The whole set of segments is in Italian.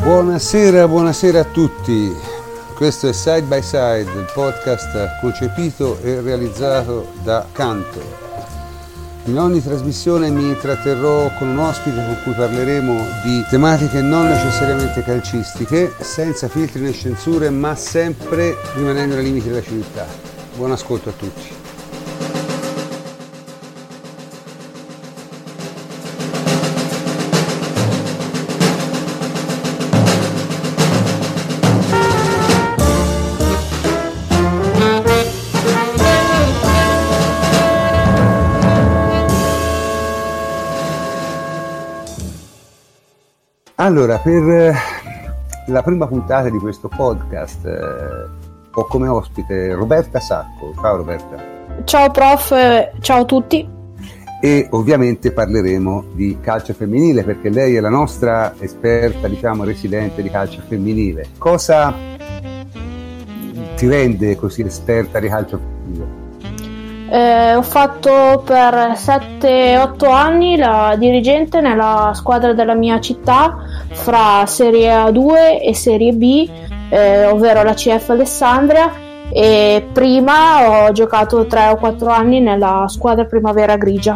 Buonasera a tutti. Questo è Side by Side, il podcast concepito e realizzato da Canto. In ogni trasmissione mi intratterrò con un ospite con cui parleremo di tematiche non necessariamente calcistiche, senza filtri né censure, ma sempre rimanendo nei limiti della civiltà. Buon ascolto a tutti. Allora, per la prima puntata di questo podcast ho come ospite Roberta Sacco. Ciao Roberta. Ciao prof, ciao a tutti. E ovviamente parleremo di calcio femminile, perché lei è la nostra esperta, residente di calcio femminile. Cosa ti rende così esperta di calcio femminile? Ho fatto per 7-8 anni la dirigente nella squadra della mia città fra Serie A2 e Serie B, ovvero la CF Alessandria, e prima ho giocato 3 o 4 anni nella squadra Primavera Grigia.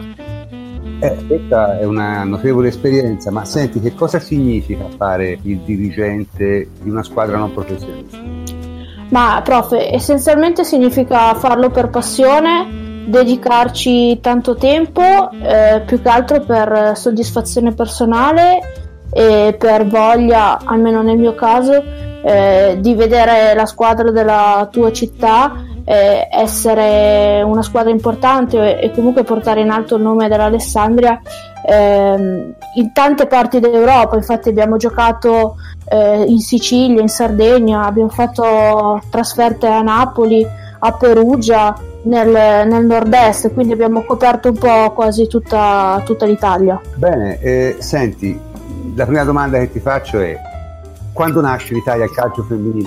Questa è una notevole esperienza, ma senti, che cosa significa fare il dirigente di una squadra non professionista? Ma prof, essenzialmente significa farlo per passione, dedicarci tanto tempo, più che altro per soddisfazione personale e per voglia, almeno nel mio caso, di vedere la squadra della tua città essere una squadra importante e comunque portare in alto il nome dell'Alessandria in tante parti d'Europa. Infatti abbiamo giocato in Sicilia, in Sardegna, abbiamo fatto trasferte a Napoli, a Perugia, nel nord-est, quindi abbiamo coperto un po' quasi tutta l'Italia. Bene, senti, la prima domanda che ti faccio è: quando nasce in Italia il calcio femminile?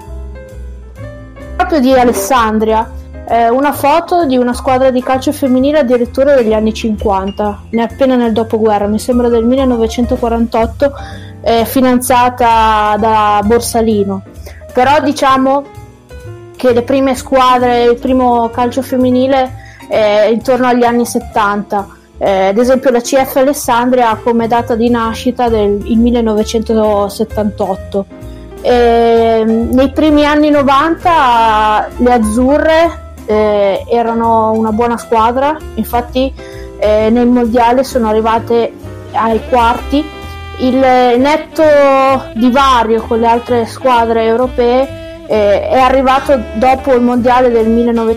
Proprio di Alessandria, una foto di una squadra di calcio femminile addirittura degli anni 50, appena nel dopoguerra, mi sembra del 1948, finanziata da Borsalino. Però diciamo che le prime squadre, il primo calcio femminile intorno agli anni 70, ad esempio la CF Alessandria ha come data di nascita il 1978. Nei primi anni 90 le azzurre erano una buona squadra, infatti nel mondiale sono arrivate ai quarti. Il netto divario con le altre squadre europee è arrivato dopo il mondiale del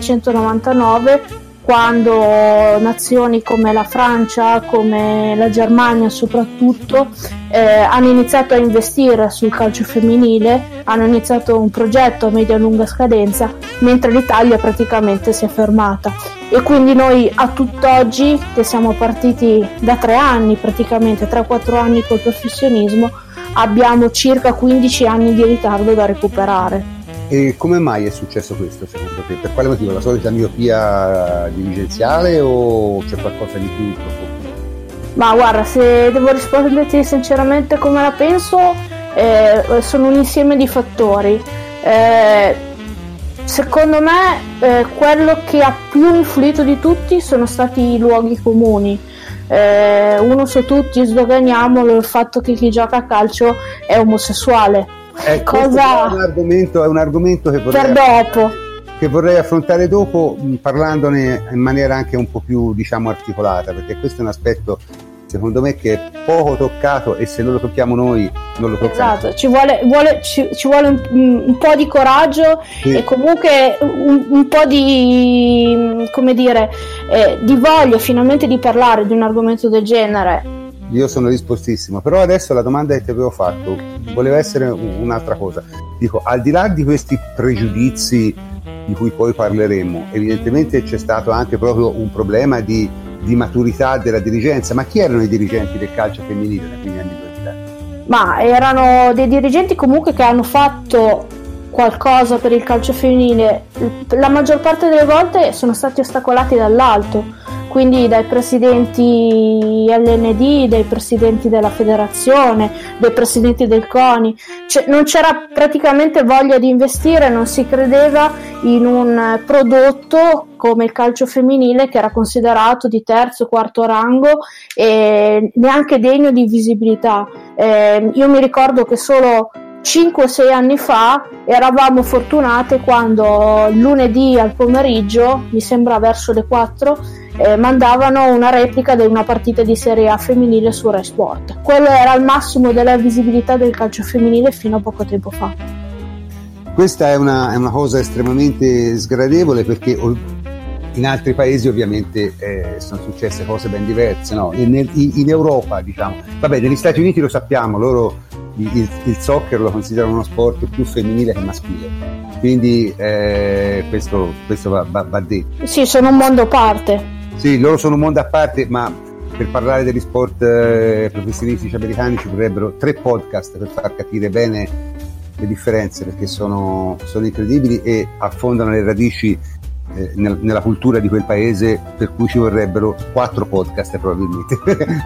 1999, quando nazioni come la Francia, come la Germania soprattutto, hanno iniziato a investire sul calcio femminile, hanno iniziato un progetto a media e lunga scadenza, mentre l'Italia praticamente si è fermata. E quindi noi a tutt'oggi, che siamo partiti da 3 anni, praticamente 3-4 anni col professionismo, abbiamo circa 15 anni di ritardo da recuperare. E come mai è successo questo secondo te? Per quale motivo? La solita miopia dirigenziale o c'è qualcosa di più profondo? Ma guarda, se devo risponderti sinceramente come la penso, sono un insieme di fattori. Secondo me quello che ha più influito di tutti sono stati i luoghi comuni. Uno su tutti, sdoganiamolo, il fatto che chi gioca a calcio è omosessuale. Questo è un argomento che vorrei affrontare dopo, parlandone in maniera anche un po' più articolata, perché questo è un aspetto secondo me che è poco toccato, e se non lo tocchiamo noi non lo tocchiamo. Esatto, ci vuole un po' di coraggio, sì, e comunque un po' di di voglia finalmente di parlare di un argomento del genere. Io sono dispostissimo, però adesso la domanda che ti avevo fatto voleva essere un'altra cosa. Dico, al di là di questi pregiudizi di cui poi parleremo, evidentemente c'è stato anche proprio un problema di maturità della dirigenza. Ma chi erano i dirigenti del calcio femminile nei primi anni 2000? Ma erano dei dirigenti comunque che hanno fatto qualcosa per il calcio femminile. La maggior parte delle volte sono stati ostacolati dall'alto. quindi dai presidenti LND, dai presidenti della federazione, dai presidenti del CONI, cioè, non c'era praticamente voglia di investire, non si credeva in un prodotto come il calcio femminile, che era considerato di terzo, quarto rango e neanche degno di visibilità. Io mi ricordo che solo 5-6 anni fa eravamo fortunate quando lunedì al pomeriggio, mi sembra verso le 4, mandavano una replica di una partita di Serie A femminile su Rai Sport. Quello era il massimo della visibilità del calcio femminile fino a poco tempo fa. Questa è una cosa estremamente sgradevole, perché in altri paesi ovviamente sono successe cose ben diverse, no? In Europa, diciamo, vabbè, negli Stati Uniti lo sappiamo, loro il soccer lo considerano uno sport più femminile che maschile, quindi questo va detto. Sì, sono un mondo a parte. Sì, loro sono un mondo a parte, ma per parlare degli sport professionistici americani ci vorrebbero 3 podcast per far capire bene le differenze, perché sono incredibili e affondano le radici nella cultura di quel paese, per cui ci vorrebbero 4 podcast probabilmente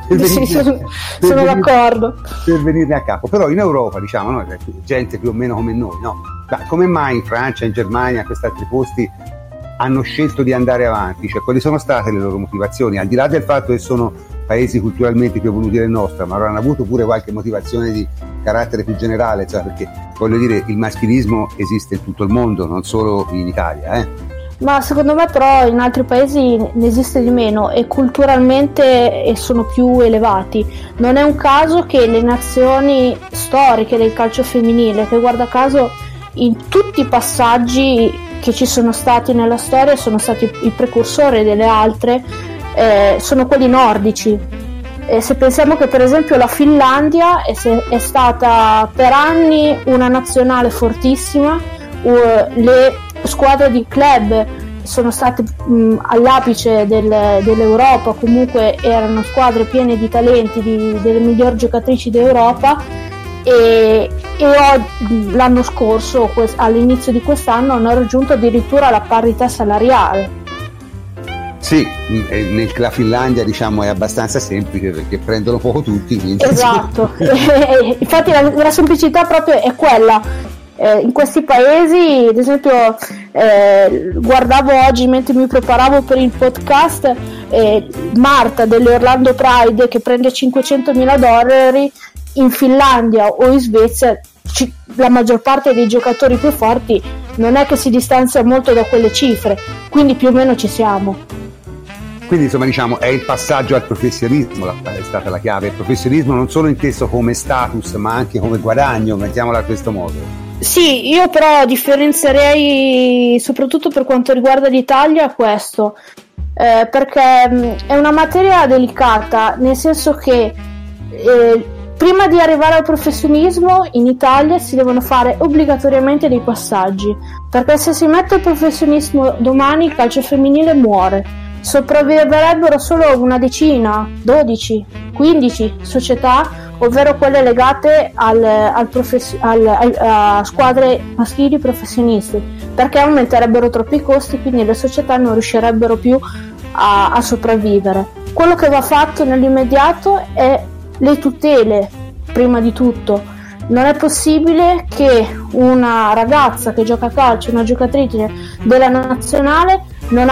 sono d'accordo, per venirne a capo. Però in Europa, diciamo, no, gente più o meno come noi, no? Ma come mai in Francia, in Germania, a questi altri posti hanno scelto di andare avanti? Cioè, quali sono state le loro motivazioni, al di là del fatto che sono paesi culturalmente più evoluti del nostro, ma avranno avuto pure qualche motivazione di carattere più generale, cioè, perché voglio dire, il maschilismo esiste in tutto il mondo, non solo in Italia, Ma secondo me però in altri paesi ne esiste di meno e culturalmente sono più elevati. Non è un caso che le nazioni storiche del calcio femminile, che guarda caso in tutti i passaggi che ci sono stati nella storia sono stati i precursori delle altre, sono quelli nordici. Se pensiamo che per esempio la Finlandia è stata per anni una nazionale fortissima, le squadre di club sono state all'apice dell'Europa, comunque erano squadre piene di talenti, delle migliori giocatrici d'Europa, e l'anno scorso, all'inizio di quest'anno, hanno raggiunto addirittura la parità salariale. Sì, la Finlandia, diciamo, è abbastanza semplice perché prendono poco tutti, quindi... Esatto. Infatti la semplicità proprio è quella. In questi paesi, ad esempio, guardavo oggi mentre mi preparavo per il podcast, Marta delle Orlando Pride, che prende $500.000, in Finlandia o in Svezia la maggior parte dei giocatori più forti non è che si distanzia molto da quelle cifre, quindi più o meno ci siamo. Quindi insomma, diciamo, è il passaggio al professionismo è stata la chiave. Il professionismo non solo inteso come status, ma anche come guadagno, mettiamola a questo modo. Sì, io però differenzierei soprattutto per quanto riguarda l'Italia questo, perché è una materia delicata, nel senso che prima di arrivare al professionismo in Italia si devono fare obbligatoriamente dei passaggi, perché se si mette il professionismo domani il calcio femminile muore. Sopravviverebbero solo una decina, 12, 15 società, ovvero quelle legate a squadre maschili professionisti, perché aumenterebbero troppi i costi, quindi le società non riuscirebbero più a sopravvivere. Quello che va fatto nell'immediato è le tutele, prima di tutto. Non è possibile che una ragazza che gioca a calcio, una giocatrice della nazionale,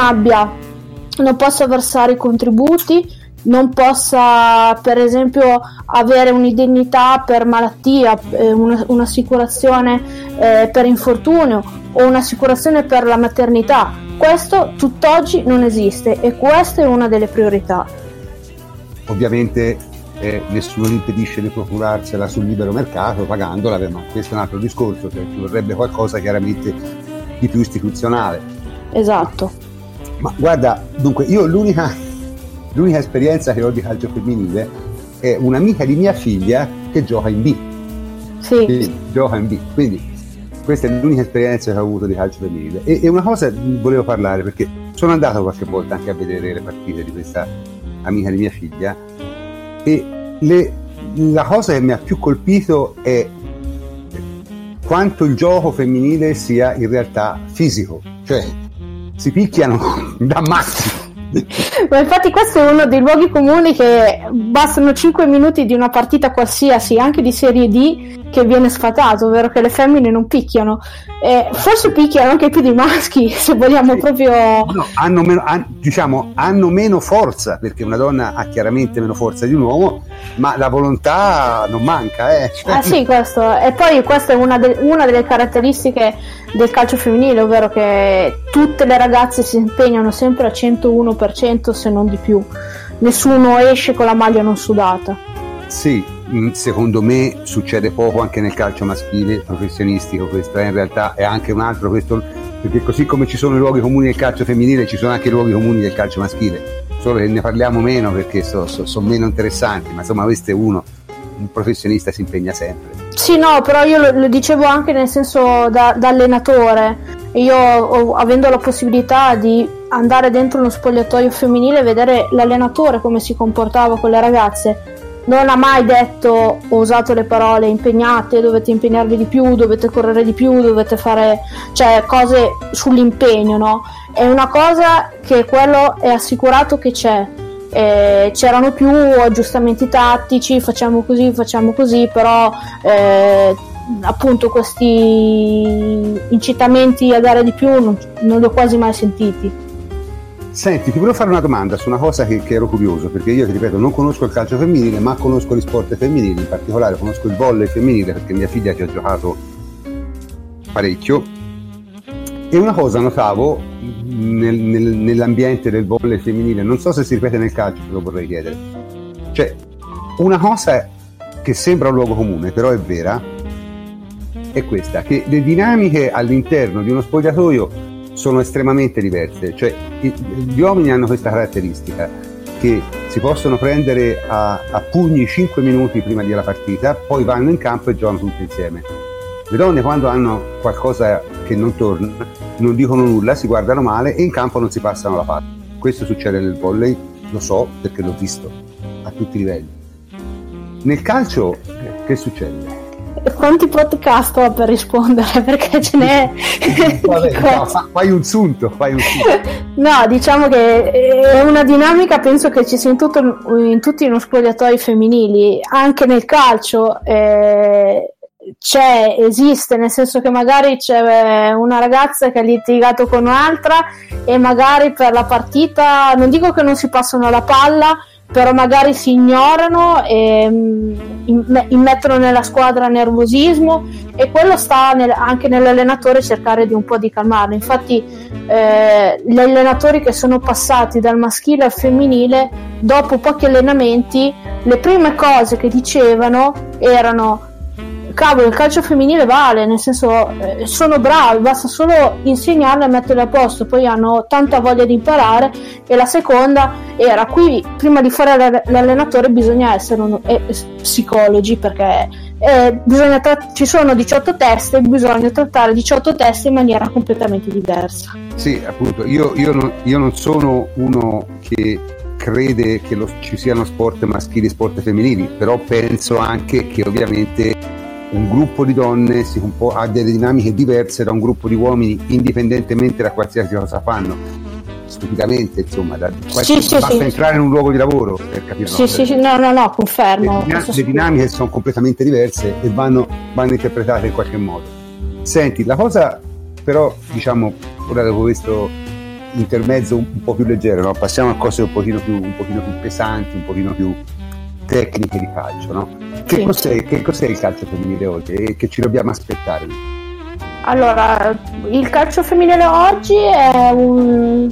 non possa versare i contributi, non possa per esempio avere un'indennità per malattia, un'assicurazione per infortunio o un'assicurazione per la maternità. Questo tutt'oggi non esiste e questa è una delle priorità. Ovviamente nessuno impedisce di procurarsela sul libero mercato pagandola, ma questo è un altro discorso, cioè ci vorrebbe qualcosa chiaramente di più istituzionale. Esatto. Ma guarda, dunque, io l'unica esperienza che ho di calcio femminile è un'amica di mia figlia che gioca in B. Sì. Gioca in B, quindi questa è l'unica esperienza che ho avuto di calcio femminile. E una cosa volevo parlare, perché sono andato qualche volta anche a vedere le partite di questa amica di mia figlia, e la cosa che mi ha più colpito è quanto il gioco femminile sia in realtà fisico, cioè si picchiano da matti, Ma infatti questo è uno dei luoghi comuni, che bastano 5 minuti di una partita qualsiasi, anche di Serie D, che viene sfatato, ovvero che le femmine non picchiano. Forse picchiano anche più dei maschi, se vogliamo proprio... No, hanno meno forza, perché una donna ha chiaramente meno forza di un uomo, ma la volontà non manca. Ah sì, questo. E poi questa è una delle caratteristiche del calcio femminile, ovvero che tutte le ragazze si impegnano sempre al 101%, se non di più. Nessuno esce con la maglia non sudata. Sì, secondo me succede poco anche nel calcio maschile professionistico. Questo in realtà è anche un altro, questo, perché così come ci sono i luoghi comuni del calcio femminile, ci sono anche i luoghi comuni del calcio maschile, solo che ne parliamo meno perché sono meno interessanti, ma insomma questo è un professionista si impegna sempre. Sì, no, però io lo dicevo anche nel senso da allenatore. Io, avendo la possibilità di andare dentro uno spogliatoio femminile e vedere l'allenatore come si comportava con le ragazze, non ha mai detto, ho usato le parole impegnate, dovete impegnarvi di più, dovete correre di più, dovete fare, cioè, cose sull'impegno, no? È una cosa che quello è assicurato che c'è. C'erano più aggiustamenti tattici, facciamo così, però appunto questi incitamenti a dare di più non li ho quasi mai sentiti. Senti, ti volevo fare una domanda su una cosa che ero curioso, perché io ti ripeto non conosco il calcio femminile, ma conosco gli sport femminili, in particolare conosco il volley femminile perché mia figlia ci ha giocato parecchio, e una cosa notavo nell'ambiente del volley femminile, non so se si ripete nel calcio, te lo vorrei chiedere, cioè una cosa che sembra un luogo comune però è vera, è questa, che le dinamiche all'interno di uno spogliatoio sono estremamente diverse, cioè gli uomini hanno questa caratteristica che si possono prendere a pugni 5 minuti prima della partita, poi vanno in campo e giocano tutti insieme. Le donne quando hanno qualcosa che non torna non dicono nulla, si guardano male e in campo non si passano la palla. Questo succede nel volley, lo so perché l'ho visto a tutti i livelli. Nel calcio che succede? Quanti podcast ho per rispondere, perché ce n'è. Vabbè, no, fai un sunto. No, diciamo che è una dinamica, penso che ci sia in tutti uno spogliatoi femminili, anche nel calcio esiste, nel senso che magari c'è una ragazza che ha litigato con un'altra e magari per la partita, non dico che non si passano la palla, però magari si ignorano e immettono nella squadra nervosismo, e quello sta anche nell'allenatore cercare di un po' di calmarlo. Infatti gli allenatori che sono passati dal maschile al femminile, dopo pochi allenamenti, le prime cose che dicevano erano: cavolo, il calcio femminile vale, nel senso sono bravi, basta solo insegnarle e metterle a posto, poi hanno tanta voglia di imparare. E la seconda era: qui prima di fare l'allenatore bisogna essere psicologi, perché ci sono 18 teste, bisogna trattare 18 teste in maniera completamente diversa. Sì, appunto, io non sono uno che crede che ci siano sport maschili e sport femminili, però penso anche che ovviamente un gruppo di donne ha delle dinamiche diverse da un gruppo di uomini, indipendentemente da qualsiasi cosa fanno. Stupidamente, insomma, basta entrare in un luogo di lavoro per capire. No, confermo. Le dinamiche sono completamente diverse e vanno interpretate in qualche modo. Senti, la cosa però, diciamo, ora dopo questo intermezzo un po' più leggero, no? Passiamo a cose un pochino più pesanti, un pochino più tecniche di calcio, no? Che cos'è il calcio femminile oggi e che ci dobbiamo aspettare? Allora, il calcio femminile oggi è un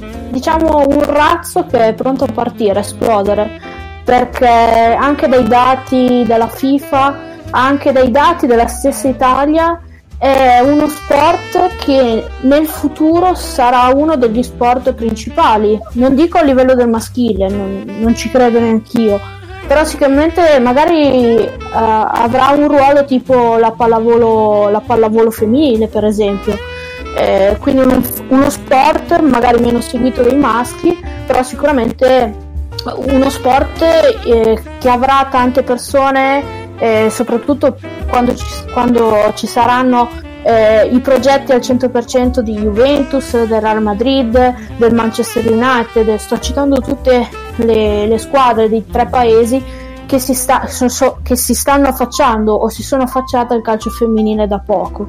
razzo che è pronto a partire, a esplodere, perché anche dai dati della FIFA, anche dai dati della stessa Italia, è uno sport che nel futuro sarà uno degli sport principali. Non dico a livello del maschile, non ci credo neanch'io, però sicuramente magari avrà un ruolo tipo la pallavolo femminile, per esempio, quindi uno sport magari meno seguito dai maschi, però sicuramente uno sport che avrà tante persone, soprattutto quando ci saranno i progetti al 100% di Juventus, del Real Madrid, del Manchester United, sto citando tutte le squadre dei 3 paesi che si stanno affacciando o si sono affacciate al calcio femminile da poco,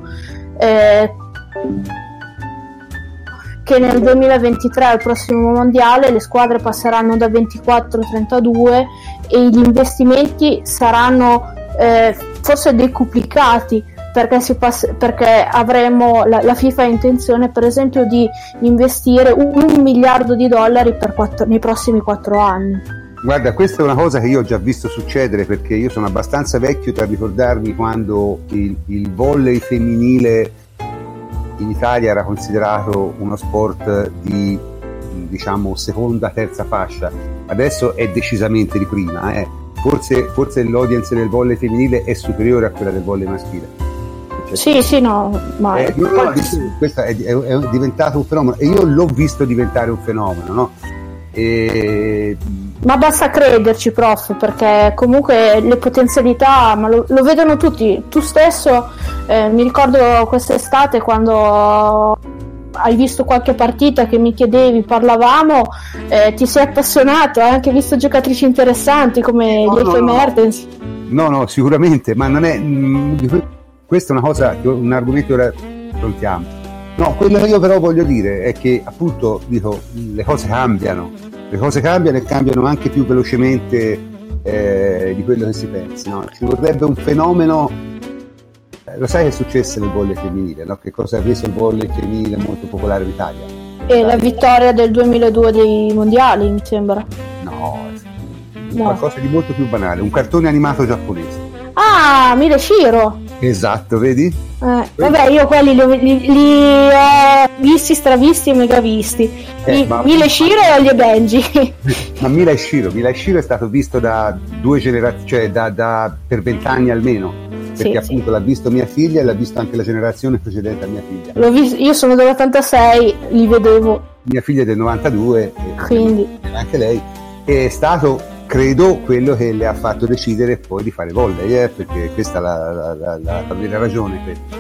che nel 2023 al prossimo mondiale le squadre passeranno da 24 a 32 e gli investimenti saranno forse decuplicati, perché avremo la FIFA ha intenzione per esempio di investire $1 miliardo nei prossimi 4 anni. Guarda, questa è una cosa che io ho già visto succedere, perché io sono abbastanza vecchio per ricordarmi quando il volley femminile in Italia era considerato uno sport di, diciamo, seconda, terza fascia. Adesso è decisamente di prima, Forse l'audience del volley femminile è superiore a quella del volley maschile. Cioè, sì, no, ma questo è diventato un fenomeno, e io l'ho visto diventare un fenomeno, no? Ma basta crederci, prof, perché comunque le potenzialità, ma lo vedono tutti. Tu stesso, mi ricordo quest'estate quando hai visto qualche partita che mi chiedevi, parlavamo, ti sei appassionato, hai anche visto giocatrici interessanti come Lieke Mertens. No, sicuramente, ma non è questa è una cosa, un argomento che ora affrontiamo. No, quello che io però voglio dire è che appunto le cose cambiano e cambiano anche più velocemente di quello che si pensi, no? Ci vorrebbe un fenomeno, lo sai che è successo nel volley femminile, no? Che cosa ha reso il volley femminile molto popolare in Italia? E la vittoria del 2002 dei mondiali, mi sembra. No, qualcosa di molto più banale, un cartone animato giapponese. Ah, Mileshiro! Esatto, vedi? Vabbè, io quelli li ho visti, stravisti e megavisti. Mileshiro e Ollie Benji. Ma Mileshiro è stato visto da 2 generazioni, cioè per 20 anni almeno, perché appunto l'ha visto mia figlia e l'ha visto anche la generazione precedente a mia figlia. L'ho visto, io sono dell'86, li vedevo. Mia figlia è del 92, quindi anche lei. È stato, credo, quello che le ha fatto decidere poi di fare volley, perché questa è la vera ragione.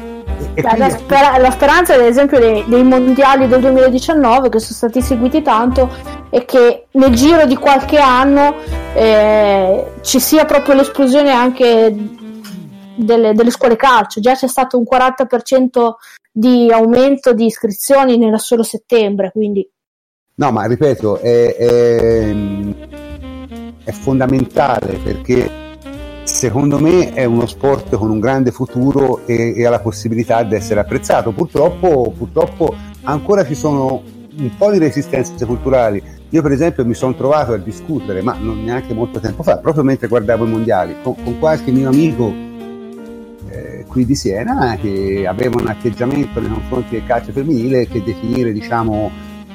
La speranza, ad esempio, dei mondiali del 2019, che sono stati seguiti tanto, è che nel giro di qualche anno ci sia proprio l'esplosione anche delle scuole calcio. Già c'è stato un 40% di aumento di iscrizioni nel solo settembre, quindi no, ma ripeto, è fondamentale, perché secondo me è uno sport con un grande futuro e ha la possibilità di essere apprezzato. Purtroppo ancora ci sono un po' di resistenze culturali. Io per esempio mi sono trovato a discutere, ma non neanche molto tempo fa, proprio mentre guardavo i mondiali, con qualche mio amico qui di Siena, che aveva un atteggiamento nei confronti del calcio femminile che definire, diciamo,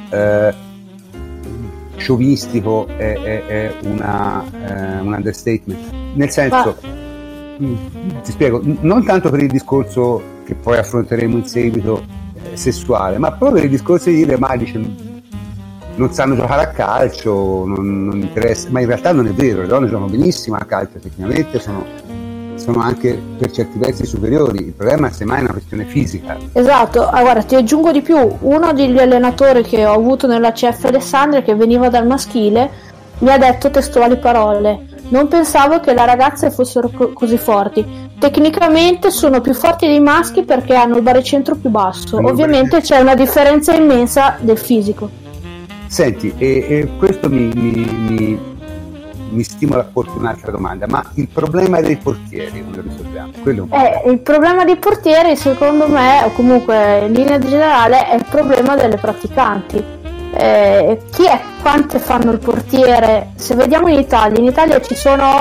sciovinistico è un understatement, nel senso, ti spiego, non tanto per il discorso che poi affronteremo in seguito sessuale, ma proprio per il discorso di dire, ma non sanno giocare a calcio, non interessa, ma in realtà non è vero, le donne giocano benissimo a calcio, tecnicamente sono anche per certi versi superiori. Il problema è semmai una questione fisica. Esatto. Guarda, ti aggiungo di più, uno degli allenatori che ho avuto nella CF Alessandria, che veniva dal maschile, mi ha detto testuali parole: non pensavo che le ragazze fossero così forti, tecnicamente sono più forti dei maschi perché hanno il baricentro più basso, ovviamente c'è una differenza immensa del fisico. Senti, e questo mi stimola a porti un'altra domanda, ma il problema dei portieri come lo risolviamo? Il problema dei portieri, secondo me, o comunque in linea generale, è il problema delle praticanti. Quante fanno il portiere? Se vediamo in Italia ci sono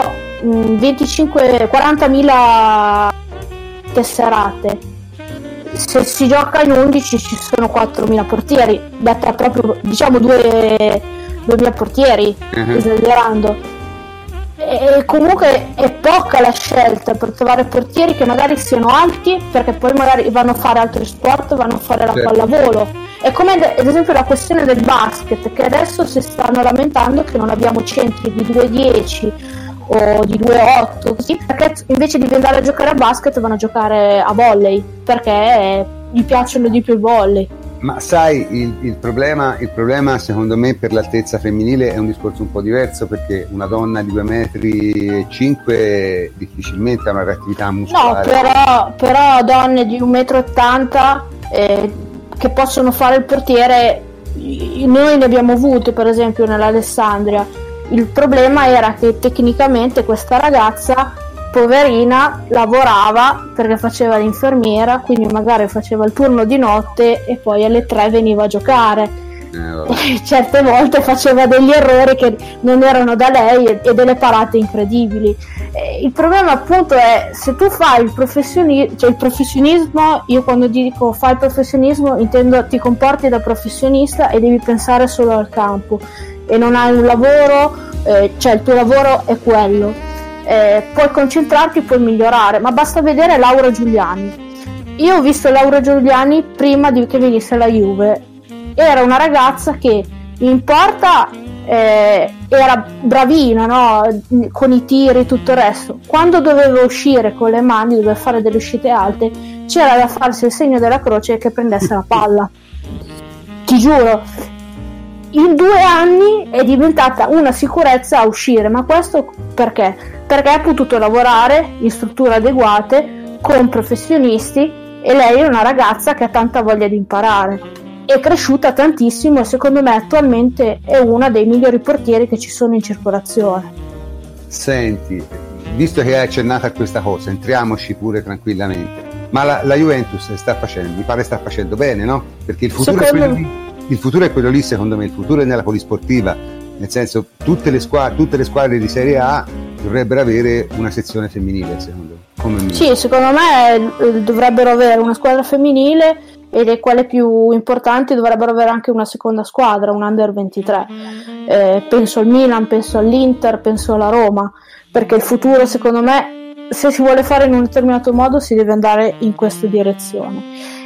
40.000 tesserate. Se si gioca in 11 ci sono 4.000 portieri, detta proprio, diciamo 2.000 portieri, esagerando. E comunque è poca la scelta per trovare portieri che magari siano alti, perché poi magari vanno a fare altri sport, vanno a fare la pallavolo. È come ad esempio la questione del basket, che adesso si stanno lamentando che non abbiamo centri di 2,10 o di 2,8 così, perché invece di andare a giocare a basket vanno a giocare a volley perché gli piacciono di più i volley. Ma sai, il problema secondo me per l'altezza femminile è un discorso un po' diverso, perché una donna di 2,5 m difficilmente ha una reattività muscolare. No, però donne di 1,80 m che possono fare il portiere, noi ne abbiamo avute per esempio nell'Alessandria. Il problema era che tecnicamente questa ragazza, poverina, lavorava perché faceva l'infermiera, quindi magari faceva il turno di notte e poi alle 3 veniva a giocare. Certe volte faceva degli errori che non erano da lei e delle parate incredibili. Il problema appunto è, se tu fai il professionismo, io quando dico fai il professionismo intendo ti comporti da professionista e devi pensare solo al campo e non hai un lavoro, cioè il tuo lavoro è quello. Puoi concentrarti, puoi migliorare, ma basta vedere Laura Giuliani. Io ho visto Laura Giuliani prima che venisse la Juve. Era una ragazza che in porta era bravina, no? Con i tiri e tutto il resto. Quando doveva uscire con le mani, doveva fare delle uscite alte, c'era da farsi il segno della croce che prendesse la palla. Ti giuro, in 2 anni è diventata una sicurezza a uscire. Ma questo perché? Perché ha potuto lavorare in strutture adeguate con professionisti e lei è una ragazza che ha tanta voglia di imparare. È cresciuta tantissimo e secondo me attualmente è una dei migliori portieri che ci sono in circolazione. Senti, visto che hai accennato a questa cosa, entriamoci pure tranquillamente. Ma la Juventus sta facendo bene, no? Perché il futuro è quello lì, secondo me. Il futuro è nella polisportiva, nel senso tutte le squadre di Serie A dovrebbero avere una sezione femminile, secondo me. Sì, secondo me dovrebbero avere una squadra femminile e le quelle più importanti dovrebbero avere anche una seconda squadra, un under 23. Penso al Milan, penso all'Inter, penso alla Roma, perché il futuro, secondo me, se si vuole fare in un determinato modo si deve andare in questa direzione.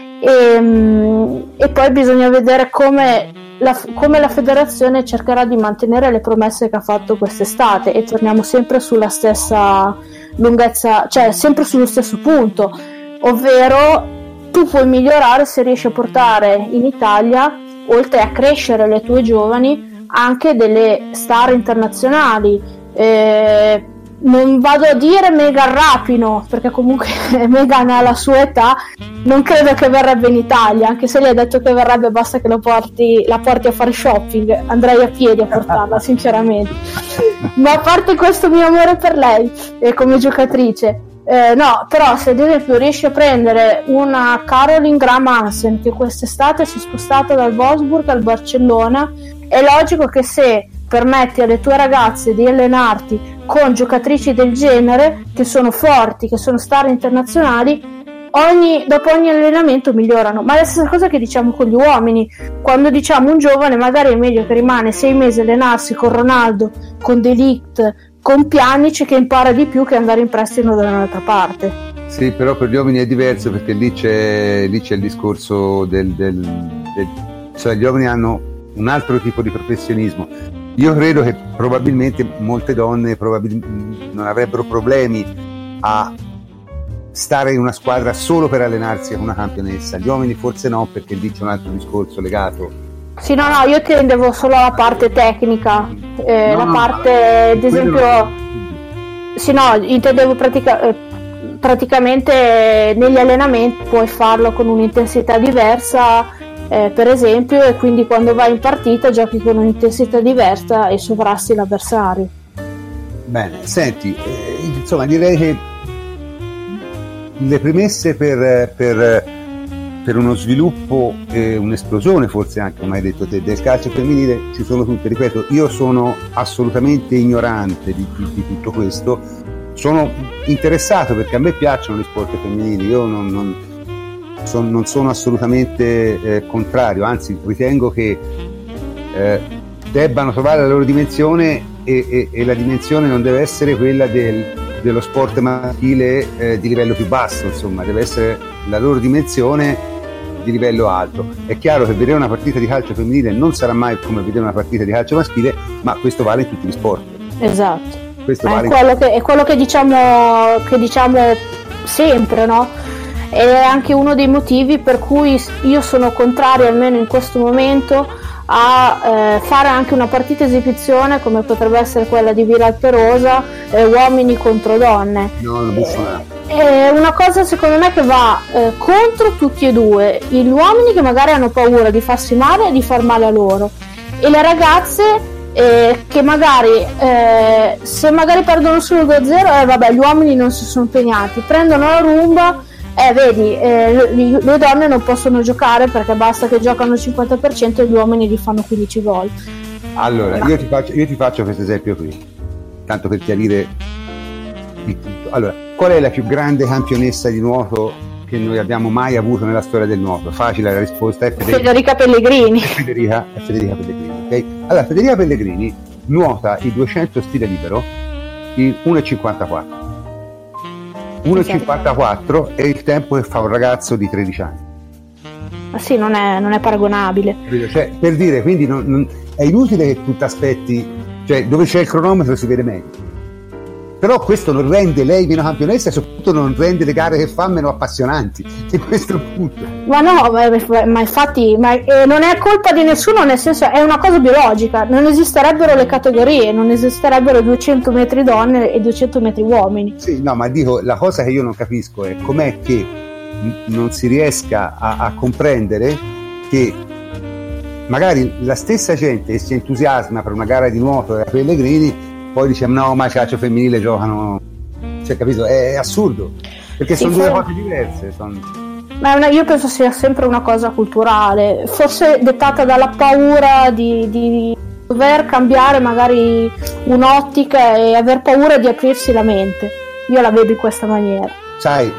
E poi bisogna vedere come la federazione cercherà di mantenere le promesse che ha fatto quest'estate, e torniamo sempre sulla stessa lunghezza, cioè sempre sullo stesso punto, ovvero tu puoi migliorare se riesci a portare in Italia, oltre a crescere le tue giovani, anche delle star internazionali. Non vado a dire Megan Rapinoe, perché comunque Megan ha la sua età, non credo che verrebbe in Italia, anche se lei ha detto che verrebbe, basta che la porti a fare shopping, andrei a piedi a portarla sinceramente. Ma a parte questo mio amore per lei come giocatrice, no, però se ad esempio riesci a prendere una Caroline Graham Hansen che quest'estate si è spostata dal Wolfsburg al Barcellona, è logico che se permetti alle tue ragazze di allenarti con giocatrici del genere, che sono forti, che sono star internazionali, dopo ogni allenamento migliorano. Ma è la stessa cosa che diciamo con gli uomini. Quando diciamo un giovane magari è meglio che rimane 6 mesi a allenarsi con Ronaldo, con De Ligt, con Pjanic, che impara di più che andare in prestito da un'altra parte. Sì, però per gli uomini è diverso, perché lì c'è il discorso cioè gli uomini hanno un altro tipo di professionismo. Io credo che probabilmente molte donne non avrebbero problemi a stare in una squadra solo per allenarsi con una campionessa. Gli uomini forse no, perché lì c'è un altro discorso legato. Sì, no, io intendevo solo la parte tecnica, parte, ad esempio, sì, no, intendevo praticamente negli allenamenti puoi farlo con un'intensità diversa, per esempio, e quindi quando vai in partita giochi con un'intensità diversa e sovrasti l'avversario. Bene, senti, insomma direi che le premesse per uno sviluppo e un'esplosione, forse anche, come hai detto te, del calcio femminile ci sono tutte. Ripeto, io sono assolutamente ignorante di tutto questo, sono interessato perché a me piacciono gli sport femminili, io non sono assolutamente contrario, anzi ritengo che debbano trovare la loro dimensione e la dimensione non deve essere quella dello sport maschile di livello più basso, insomma deve essere la loro dimensione di livello alto. È chiaro che vedere una partita di calcio femminile non sarà mai come vedere una partita di calcio maschile, ma questo vale in tutti gli sport. Esatto. Questo è quello che diciamo sempre, no? Ed è anche uno dei motivi per cui io sono contraria, almeno in questo momento, a fare anche una partita esibizione come potrebbe essere quella di Viral Perosa, uomini contro donne. No, non funziona. È una cosa secondo me che va contro tutti e due, gli uomini che magari hanno paura di farsi male e di far male a loro, e le ragazze che magari se magari perdono solo 2-0, vabbè, gli uomini non si sono impegnati, prendono la rumba, vedi, le donne non possono giocare perché basta che giocano il 50% e gli uomini li fanno 15 gol. Allora, io ti faccio questo esempio qui, tanto per chiarire il tutto. Allora, qual è la più grande campionessa di nuoto che noi abbiamo mai avuto nella storia del nuoto? Facile la risposta, è Federica Pellegrini. Federica Pellegrini, ok? Allora, Federica Pellegrini nuota i 200 stile libero in 1,54. 1,54 è il tempo che fa un ragazzo di 13 anni. Ma sì, non è paragonabile. Cioè, per dire, quindi è inutile che tu ti aspetti, cioè dove c'è il cronometro si vede meglio. Però questo non rende lei meno campionessa e soprattutto non rende le gare che fa meno appassionanti. E questo è il punto. Ma no, ma infatti non è colpa di nessuno, nel senso è una cosa biologica. Non esisterebbero le categorie, non esisterebbero 200 metri donne e 200 metri uomini. Sì, no, ma dico, la cosa che io non capisco è com'è che non si riesca a comprendere che magari la stessa gente che si entusiasma per una gara di nuoto da Pellegrini poi dice no, ma il calcio femminile giocano, cioè, capito? È assurdo, perché sono due cose diverse. Ma io penso sia sempre una cosa culturale, forse dettata dalla paura di dover cambiare magari un'ottica e aver paura di aprirsi la mente. Io la vedo in questa maniera. Sai,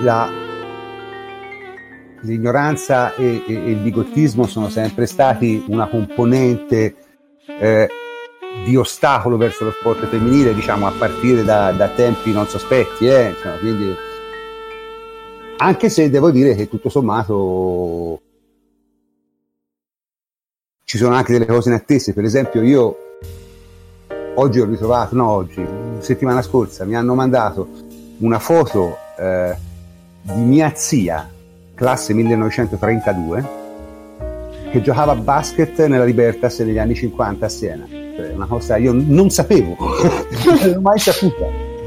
l'ignoranza e il bigottismo sono sempre stati una componente di ostacolo verso lo sport femminile, diciamo, a partire da tempi non sospetti, insomma, quindi, anche se devo dire che tutto sommato ci sono anche delle cose inattese. Per esempio, io settimana scorsa mi hanno mandato una foto di mia zia, classe 1932, che giocava a basket nella Libertas negli anni 50 a Siena. Cioè, una cosa io non sapevo, non l'ho mai saputa.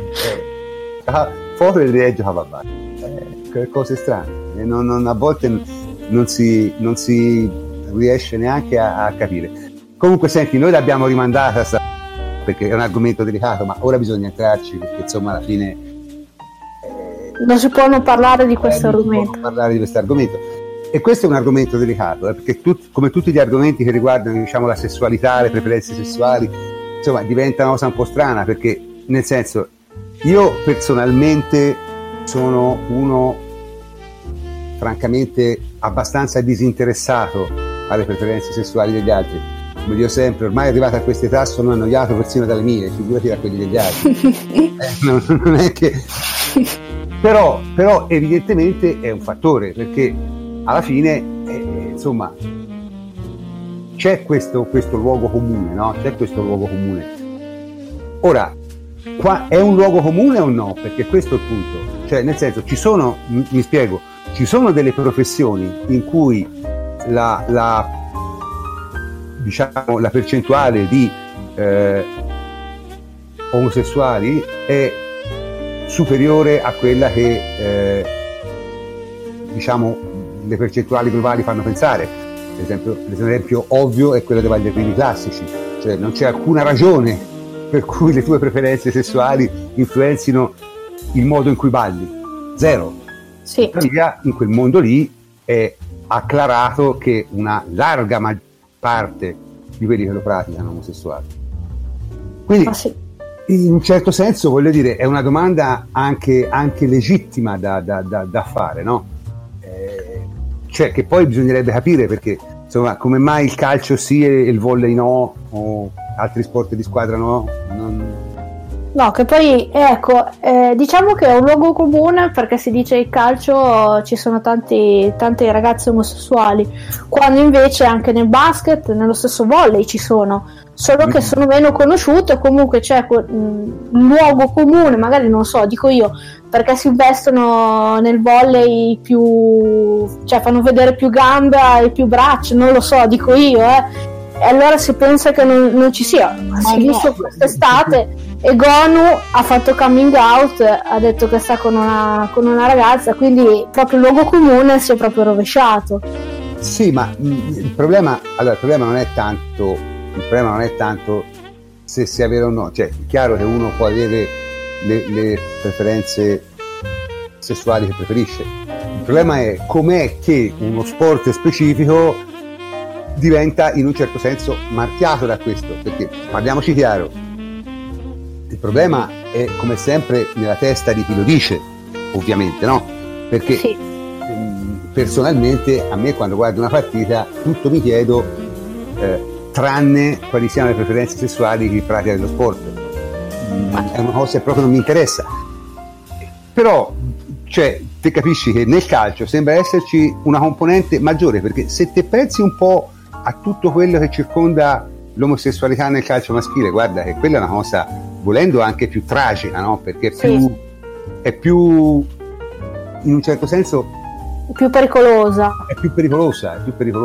Foto di lei giocava a basket, cose strane. A volte non si riesce neanche a capire. Comunque, senti, noi l'abbiamo rimandata perché è un argomento delicato, ma ora bisogna entrarci perché insomma alla fine non si può non parlare di questo argomento. E questo è un argomento delicato, perché come tutti gli argomenti che riguardano, diciamo, la sessualità, le preferenze sessuali, insomma, diventa una cosa un po' strana, perché, nel senso, io personalmente sono uno francamente abbastanza disinteressato alle preferenze sessuali degli altri. Come dico sempre, ormai arrivato a questa età sono annoiato persino dalle mie, figurati da quelli degli altri. Non è che... però evidentemente è un fattore, perché alla fine insomma c'è questo luogo comune, no? C'è questo luogo comune. Ora, qua è un luogo comune o no? Perché questo è il punto. Cioè, nel senso, ci sono delle professioni in cui la percentuale di omosessuali è superiore a quella che le percentuali globali fanno pensare. L'esempio ovvio è quello dei ballerini classici, cioè non c'è alcuna ragione per cui le tue preferenze sessuali influenzino il modo in cui balli, zero. Sì. Tuttavia in quel mondo lì è acclarato che una larga parte di quelli che lo praticano omosessuali. Quindi in un certo senso, voglio dire, è una domanda anche legittima da fare, no? Cioè, che poi bisognerebbe capire, perché insomma, come mai il calcio sì e il volley no, o altri sport di squadra no? No, che poi ecco, diciamo che è un luogo comune, perché si dice il calcio ci sono tanti ragazzi omosessuali, quando invece anche nel basket, nello stesso volley ci sono solo che sono meno conosciute, comunque c'è un luogo comune, magari non so, dico io, perché si investono nel volley più, cioè fanno vedere più gamba e più braccia, non lo so, dico io, e allora si pensa che non ci sia. Si è visto quest'estate e Gonu ha fatto coming out, ha detto che sta con una ragazza, quindi proprio il luogo comune si è proprio rovesciato. Sì, ma il problema non è tanto se sia vero o no, cioè è chiaro che uno può avere le preferenze sessuali che preferisce. Il problema è com'è che uno sport specifico diventa in un certo senso marchiato da questo, perché parliamoci chiaro, il problema è come sempre nella testa di chi lo dice, ovviamente, no? Perché sì. Personalmente a me quando guardo una partita tutto mi chiedo tranne quali siano le preferenze sessuali di chi pratica dello sport. È una cosa che proprio non mi interessa, però cioè te capisci che nel calcio sembra esserci una componente maggiore, perché se te pensi un po' a tutto quello che circonda l'omosessualità nel calcio maschile, guarda che quella è una cosa volendo anche più tragica, no? Perché è più in un certo senso più pericolosa. È più pericolosa.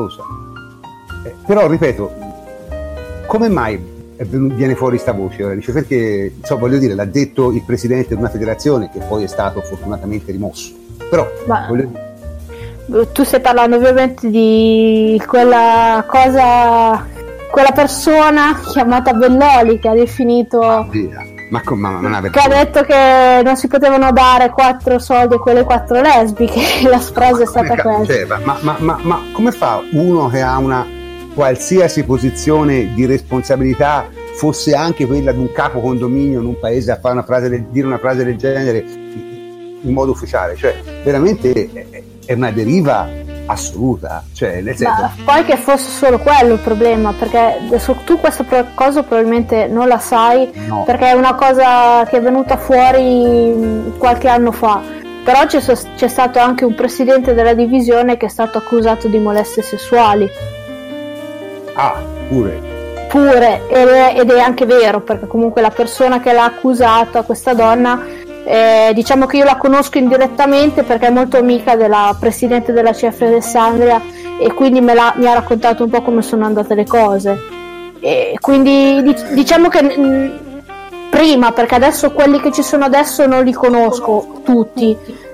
Però ripeto, come mai viene fuori sta voce? Dice, perché voglio dire, l'ha detto il presidente di una federazione che poi è stato fortunatamente rimosso. Però voglio dire, tu stai parlando ovviamente di quella persona chiamata Belloli che ha definito che ha detto che non si potevano dare 4 soldi a quelle 4 lesbiche. La frase è stata questa. Ma come fa uno che ha una qualsiasi posizione di responsabilità, fosse anche quella di un capo condominio in un paese, a fare dire una frase del genere in modo ufficiale? Cioè veramente è una deriva assoluta, cioè nel senso... Ma poi che fosse solo quello il problema, perché adesso tu questa cosa probabilmente non la sai, no. Perché è una cosa che è venuta fuori qualche anno fa, però c'è stato anche un presidente della divisione che è stato accusato di molestie sessuali. Pure ed è anche vero, perché comunque la persona che l'ha accusata, questa donna, diciamo che io la conosco indirettamente perché è molto amica della presidente della CF Alessandria e quindi mi ha raccontato un po' come sono andate le cose, e quindi diciamo che prima, perché adesso quelli che ci sono adesso non li conosco tutti,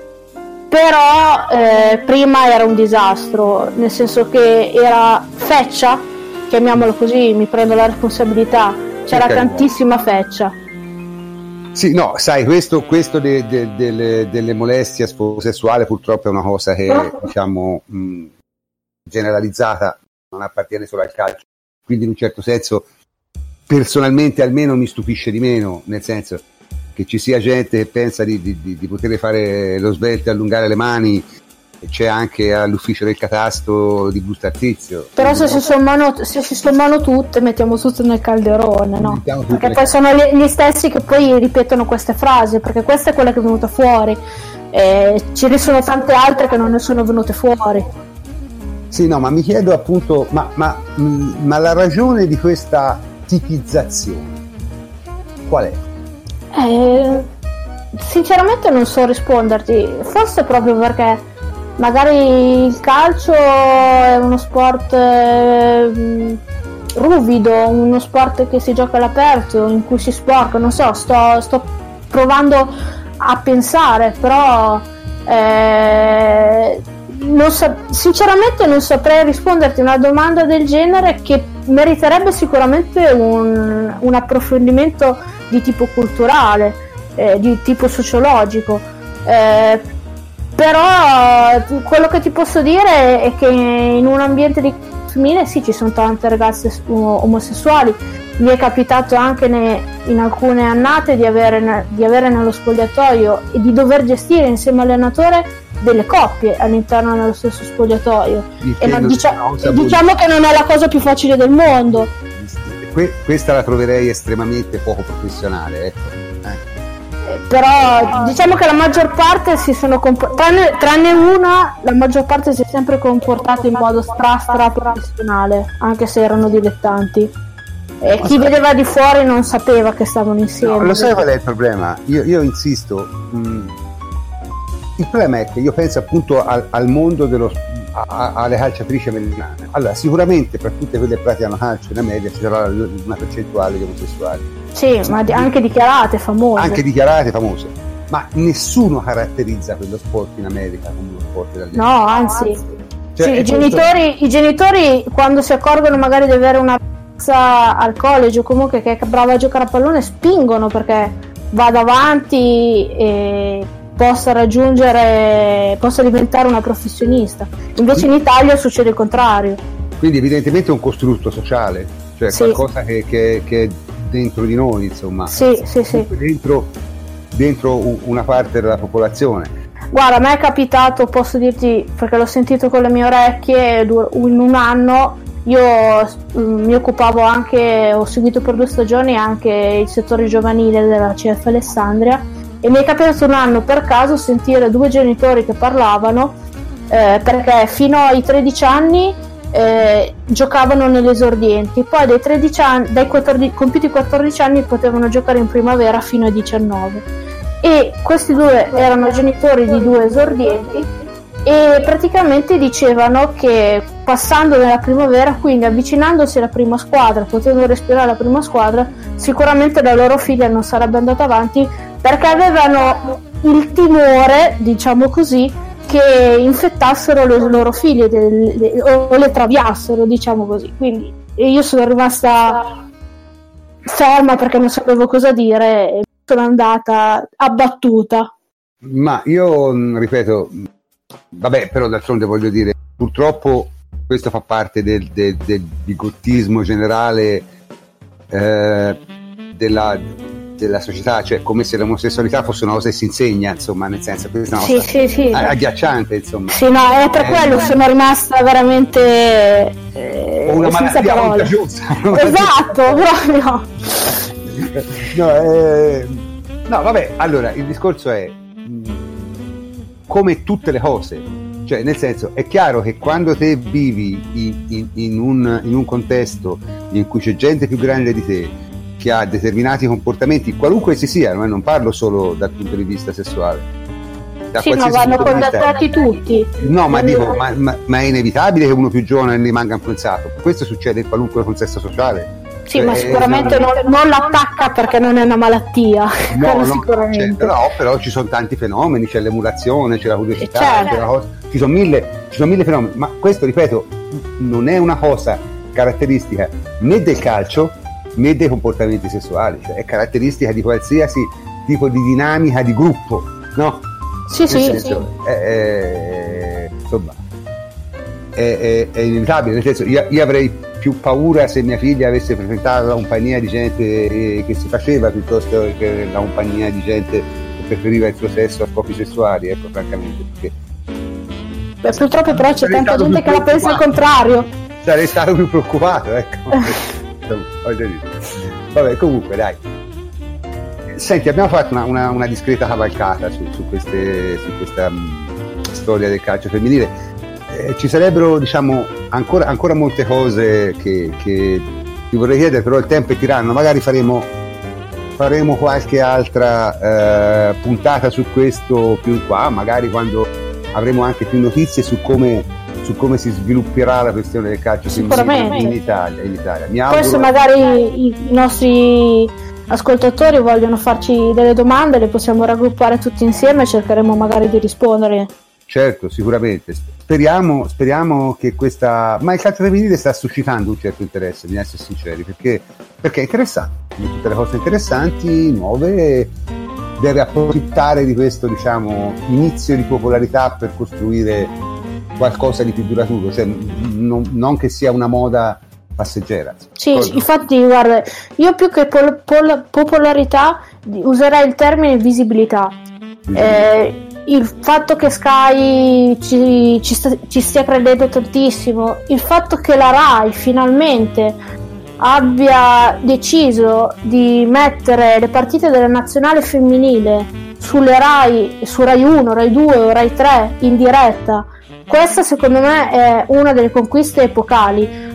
però prima era un disastro, nel senso che era feccia, chiamiamolo così, mi prendo la responsabilità, c'era tantissima feccia. Sì, no, sai, questo delle molestie sessuale purtroppo è una cosa che diciamo generalizzata, non appartiene solo al calcio, quindi in un certo senso personalmente almeno mi stupisce di meno, nel senso che ci sia gente che pensa di poter fare lo svelto e allungare le mani, e c'è anche all'ufficio del catasto di busta al tizio. Però se si sommano tutte, mettiamo tutto nel calderone, no? Perché poi sono gli stessi che poi ripetono queste frasi, perché questa è quella che è venuta fuori, ce ne sono tante altre che non ne sono venute fuori. Sì, no, ma mi chiedo appunto, ma la ragione di questa tipizzazione qual è? Sinceramente non so risponderti, forse proprio perché magari il calcio è uno sport ruvido, uno sport che si gioca all'aperto, in cui si sporca, non so, sto provando a pensare, però sinceramente non saprei risponderti a una domanda del genere, che meriterebbe sicuramente un approfondimento di tipo culturale, di tipo sociologico, però quello che ti posso dire è che in un ambiente di femminile sì, ci sono tante ragazze omosessuali. Mi è capitato anche in alcune annate di avere nello spogliatoio e di dover gestire insieme all'allenatore delle coppie all'interno dello stesso spogliatoio, e diciamo che non è la cosa più facile del mondo. Questa la troverei estremamente poco professionale, ecco. Però diciamo che la maggior parte si sono tranne una, la maggior parte si è sempre comportata in modo stra professionale, anche se erano dilettanti. Chi vedeva di fuori non sapeva che stavano insieme. No, lo sai qual è il problema? Io insisto, il problema è che io penso appunto al mondo alle calciatrici americane. Allora, sicuramente per tutte quelle che praticano calcio in America ci sarà una percentuale di omosessuali. Sì, ma anche dichiarate famose. Anche dichiarate famose. Ma nessuno caratterizza quello sport in America come uno sport italiano. No, anzi. Cioè, sì, i genitori quando si accorgono magari di avere una ragazza al college o comunque che è brava a giocare a pallone, spingono perché vada avanti e possa diventare una professionista. Invece in Italia succede il contrario. Quindi evidentemente è un costrutto sociale, cioè sì, qualcosa che è dentro di noi, insomma. Sì. Dentro una parte della popolazione. Guarda, a me è capitato, posso dirti, perché l'ho sentito con le mie orecchie, in un anno io mi occupavo anche, ho seguito per 2 stagioni anche il settore giovanile della CF Alessandria, e mi è capitato un anno per caso sentire 2 genitori che parlavano perché fino ai 13 anni giocavano negli esordienti, poi dai 13 anni, compiuti 14 anni potevano giocare in primavera fino ai 19, e questi 2 erano genitori di 2 esordienti e praticamente dicevano che passando nella primavera, quindi avvicinandosi alla prima squadra, potendo respirare la prima squadra, sicuramente la loro figlia non sarebbe andata avanti perché avevano il timore, diciamo così, che infettassero le loro figlie o le traviassero, diciamo così. Quindi io sono rimasta ferma perché non sapevo cosa dire e sono andata abbattuta. Ma io ripeto, vabbè, però d'altronde voglio dire, purtroppo questo fa parte del bigottismo generale della società, cioè come se l'omosessualità fosse una cosa che si insegna, insomma, nel senso che questa è una cosa sì. agghiacciante, insomma. Sì, no, è per quello sono rimasta veramente una malattia contagiosa. Esatto, proprio. No, vabbè, allora il discorso è come tutte le cose, cioè nel senso è chiaro che quando te vivi in un contesto in cui c'è gente più grande di te che ha determinati comportamenti, qualunque essi siano, non parlo solo dal punto di vista sessuale, sì, ma vanno contattati tutti. No, ma dico, ma è inevitabile che uno più giovane rimanga influenzato. Questo succede in qualunque contesto sociale. Sì, ma sicuramente non l'attacca perché non è una malattia. No, sicuramente. Però ci sono tanti fenomeni, c'è l'emulazione, c'è la curiosità, certo. c'è la cosa, ci sono mille fenomeni, ma questo, ripeto, non è una cosa caratteristica né del calcio né dei comportamenti sessuali, cioè è caratteristica di qualsiasi tipo di dinamica di gruppo, no? Sì. Insomma, è inevitabile, nel senso, io avrei più paura se mia figlia avesse frequentato la compagnia di gente che si faceva piuttosto che la compagnia di gente che preferiva il suo sesso a scopi sessuali, ecco, francamente, perché purtroppo però c'è tanta gente che la pensa al contrario. Sarei stato più preoccupato, ecco. Vabbè, comunque dai, senti, abbiamo fatto una discreta cavalcata su questa storia del calcio femminile. Ci sarebbero, diciamo, ancora molte cose che ti vorrei chiedere, però il tempo è tiranno, magari faremo qualche altra puntata su questo più in qua, magari quando avremo anche più notizie su come si svilupperà la questione del calcio femminile in Italia. Mi auguro... Poi se magari i nostri ascoltatori vogliono farci delle domande, le possiamo raggruppare tutti insieme e cercheremo magari di rispondere. Certo, sicuramente. Speriamo che questa... Ma il calcio femminile sta suscitando un certo interesse, bisogna essere sinceri, perché è interessante, come tutte le cose interessanti, nuove, deve approfittare di questo, diciamo, inizio di popolarità per costruire qualcosa di più duraturo, cioè non che sia una moda passeggera. Sì, infatti guarda, io più che popolarità userei il termine visibilità. Il fatto che Sky ci stia credendo tantissimo, il fatto che la Rai finalmente abbia deciso di mettere le partite della nazionale femminile sulle Rai, su Rai 1, Rai 2 o Rai 3 in diretta, questa secondo me è una delle conquiste epocali.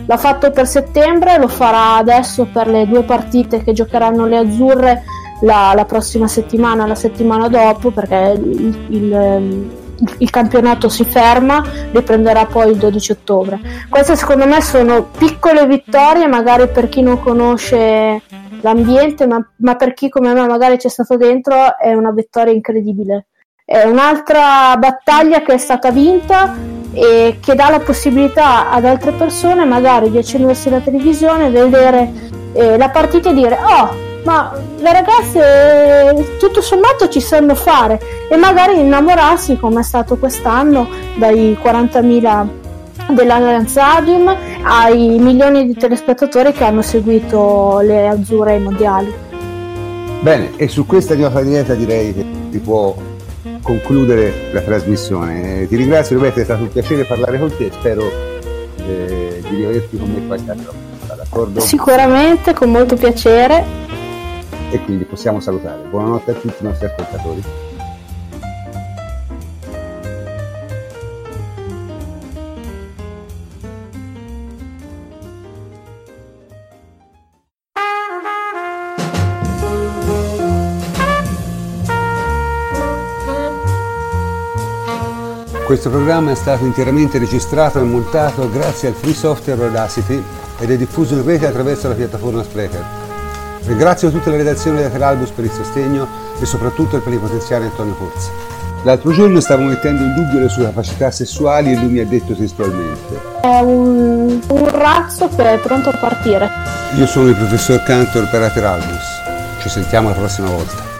l'ha fatto per settembre, lo farà adesso per le 2 partite che giocheranno le azzurre la prossima settimana, la settimana dopo, perché il campionato si ferma, riprenderà poi il 12 ottobre. Queste secondo me sono piccole vittorie, magari per chi non conosce l'ambiente, ma per chi come me magari c'è stato dentro è una vittoria incredibile. È un'altra battaglia che è stata vinta e che dà la possibilità ad altre persone magari di accendersi la televisione, vedere la partita e dire: oh, ma le ragazze tutto sommato ci sanno fare, e magari innamorarsi, come è stato quest'anno, dai 40.000 dell'Allianz Stadium ai milioni di telespettatori che hanno seguito le azzurre ai mondiali. Bene, e su questa mia fatica direi che si può concludere la trasmissione. Ti ringrazio Roberta, è stato un piacere parlare con te, spero di rivederti con me qualche altra volta, d'accordo? Sicuramente, con molto piacere. E quindi possiamo salutare. Buonanotte a tutti i nostri ascoltatori. Questo programma è stato interamente registrato e montato grazie al free software Audacity ed è diffuso in rete attraverso la piattaforma Spreaker. Ringrazio tutte le redazioni di Lateralbus per il sostegno e soprattutto il plenipotenziario Antonio Corsi. L'altro giorno stavo mettendo in dubbio le sue capacità sessuali e lui mi ha detto testualmente: è un razzo che è pronto a partire. Io sono il professor Cantor per Lateralbus. Ci sentiamo la prossima volta.